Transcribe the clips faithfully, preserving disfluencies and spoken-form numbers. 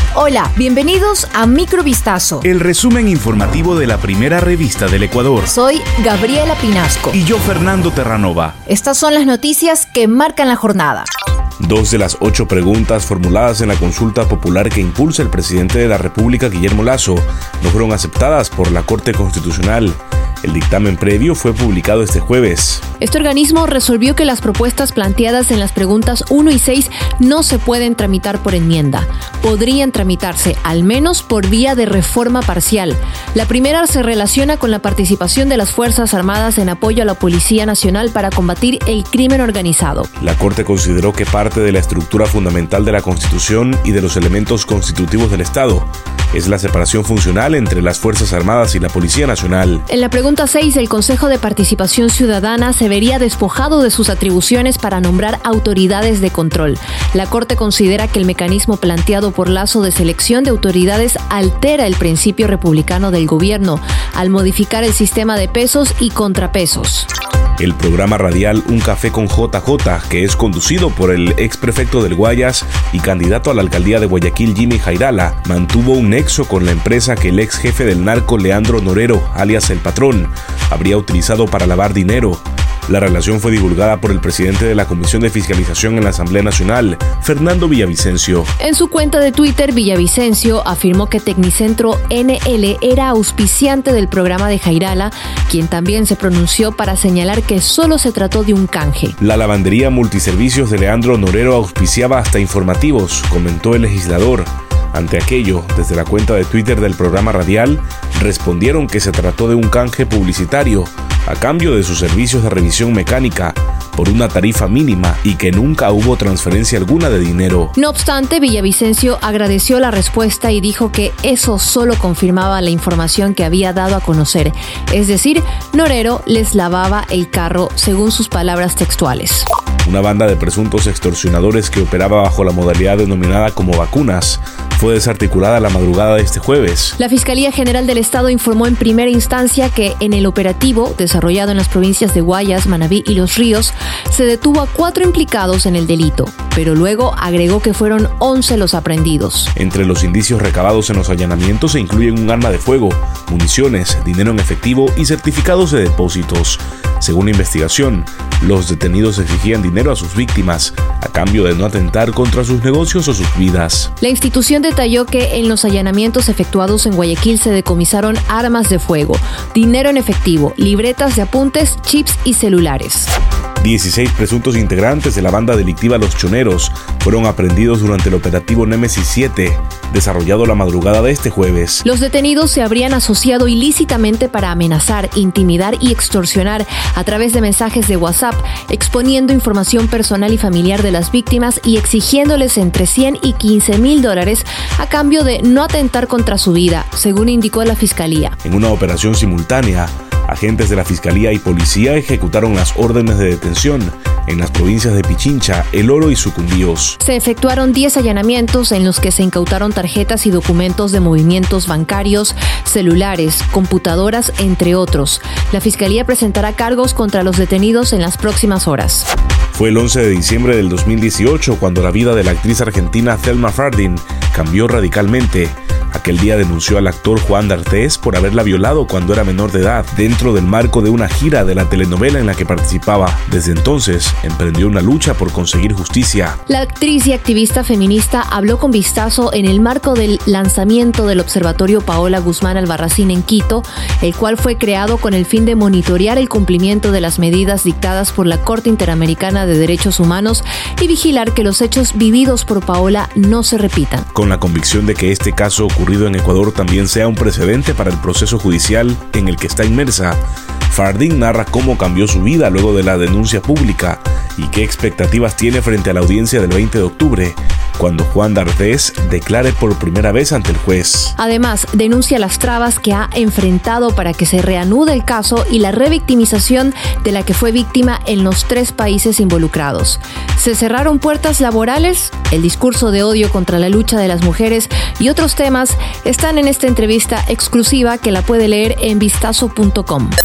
Hola, bienvenidos a Microvistazo, el resumen informativo de la primera revista del Ecuador. Soy Gabriela Pinasco. Y yo, Fernando Terranova. Estas son las noticias que marcan la jornada. Dos de las ocho preguntas formuladas en la consulta popular que impulsa el presidente de la República, Guillermo Lasso, no fueron aceptadas por la Corte Constitucional. El dictamen previo fue publicado este jueves. Este organismo resolvió que las propuestas planteadas en las preguntas uno y seis no se pueden tramitar por enmienda. Podrían tramitarse, al menos, por vía de reforma parcial. La primera se relaciona con la participación de las Fuerzas Armadas en apoyo a la Policía Nacional para combatir el crimen organizado. La Corte consideró que parte de la estructura fundamental de la Constitución y de los elementos constitutivos del Estado es la separación funcional entre las Fuerzas Armadas y la Policía Nacional. En la pregunta seis, el Consejo de Participación Ciudadana se vería despojado de sus atribuciones para nombrar autoridades de control. La Corte considera que el mecanismo planteado por Lasso de selección de autoridades altera el principio republicano del gobierno al modificar el sistema de pesos y contrapesos. El programa radial Un Café con J J, que es conducido por el ex prefecto del Guayas y candidato a la alcaldía de Guayaquil, Jimmy Jairala, mantuvo un nexo con la empresa que el ex jefe del narco, Leandro Norero, alias El Patrón, habría utilizado para lavar dinero. La relación fue divulgada por el presidente de la Comisión de Fiscalización en la Asamblea Nacional, Fernando Villavicencio. En su cuenta de Twitter, Villavicencio afirmó que Tecnicentro N L era auspiciante del programa de Jairala, quien también se pronunció para señalar que solo se trató de un canje. La lavandería multiservicios de Leandro Norero auspiciaba hasta informativos, comentó el legislador. Ante aquello, desde la cuenta de Twitter del programa radial, respondieron que se trató de un canje publicitario a cambio de sus servicios de revisión mecánica por una tarifa mínima y que nunca hubo transferencia alguna de dinero. No obstante, Villavicencio agradeció la respuesta y dijo que eso solo confirmaba la información que había dado a conocer, es decir, Norero les lavaba el carro, según sus palabras textuales. Una banda de presuntos extorsionadores que operaba bajo la modalidad denominada como vacunas fue desarticulada la madrugada de este jueves. La Fiscalía General del Estado informó en primera instancia que en el operativo, desarrollado en las provincias de Guayas, Manabí y Los Ríos, se detuvo a cuatro implicados en el delito, pero luego agregó que fueron once los aprehendidos. Entre los indicios recabados en los allanamientos se incluyen un arma de fuego, municiones, dinero en efectivo y certificados de depósitos. Según la investigación, los detenidos exigían dinero a sus víctimas a cambio de no atentar contra sus negocios o sus vidas. La institución detalló que en los allanamientos efectuados en Guayaquil se decomisaron armas de fuego, dinero en efectivo, libretas de apuntes, chips y celulares. dieciséis presuntos integrantes de la banda delictiva Los Choneros fueron aprehendidos durante el operativo Némesis siete, desarrollado la madrugada de este jueves. Los detenidos se habrían asociado ilícitamente para amenazar, intimidar y extorsionar a través de mensajes de WhatsApp, exponiendo información personal y familiar de las víctimas y exigiéndoles entre cien y quince mil dólares a cambio de no atentar contra su vida, según indicó la Fiscalía. En una operación simultánea, agentes de la Fiscalía y Policía ejecutaron las órdenes de detención en las provincias de Pichincha, El Oro y Sucumbíos. Se efectuaron diez allanamientos en los que se incautaron tarjetas y documentos de movimientos bancarios, celulares, computadoras, entre otros. La Fiscalía presentará cargos contra los detenidos en las próximas horas. Fue el once de diciembre del dos mil dieciocho cuando la vida de la actriz argentina Thelma Fardin cambió radicalmente. Aquel día denunció al actor Juan D'Artés por haberla violado cuando era menor de edad, dentro del marco de una gira de la telenovela en la que participaba. Desde entonces, emprendió una lucha por conseguir justicia. La actriz y activista feminista habló con Vistazo en el marco del lanzamiento del Observatorio Paola Guzmán Albarracín en Quito, el cual fue creado con el fin de monitorear el cumplimiento de las medidas dictadas por la Corte Interamericana de Derechos Humanos y vigilar que los hechos vividos por Paola no se repitan. Con la convicción de que este caso ocurrido en Ecuador también sea un precedente para el proceso judicial en el que está inmersa, Fardin narra cómo cambió su vida luego de la denuncia pública y qué expectativas tiene frente a la audiencia del veinte de octubre, cuando Juan D'Artés declare por primera vez ante el juez. Además, denuncia las trabas que ha enfrentado para que se reanude el caso y la revictimización de la que fue víctima en los tres países involucrados. ¿Se cerraron puertas laborales? El discurso de odio contra la lucha de las mujeres y otros temas están en esta entrevista exclusiva que la puede leer en vistazo punto com.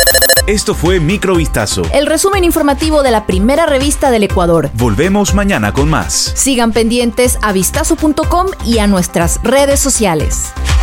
Esto fue Microvistazo, el resumen informativo de la primera revista del Ecuador. Volvemos mañana con más. Sigan pendientes a vistazo punto com y a nuestras redes sociales.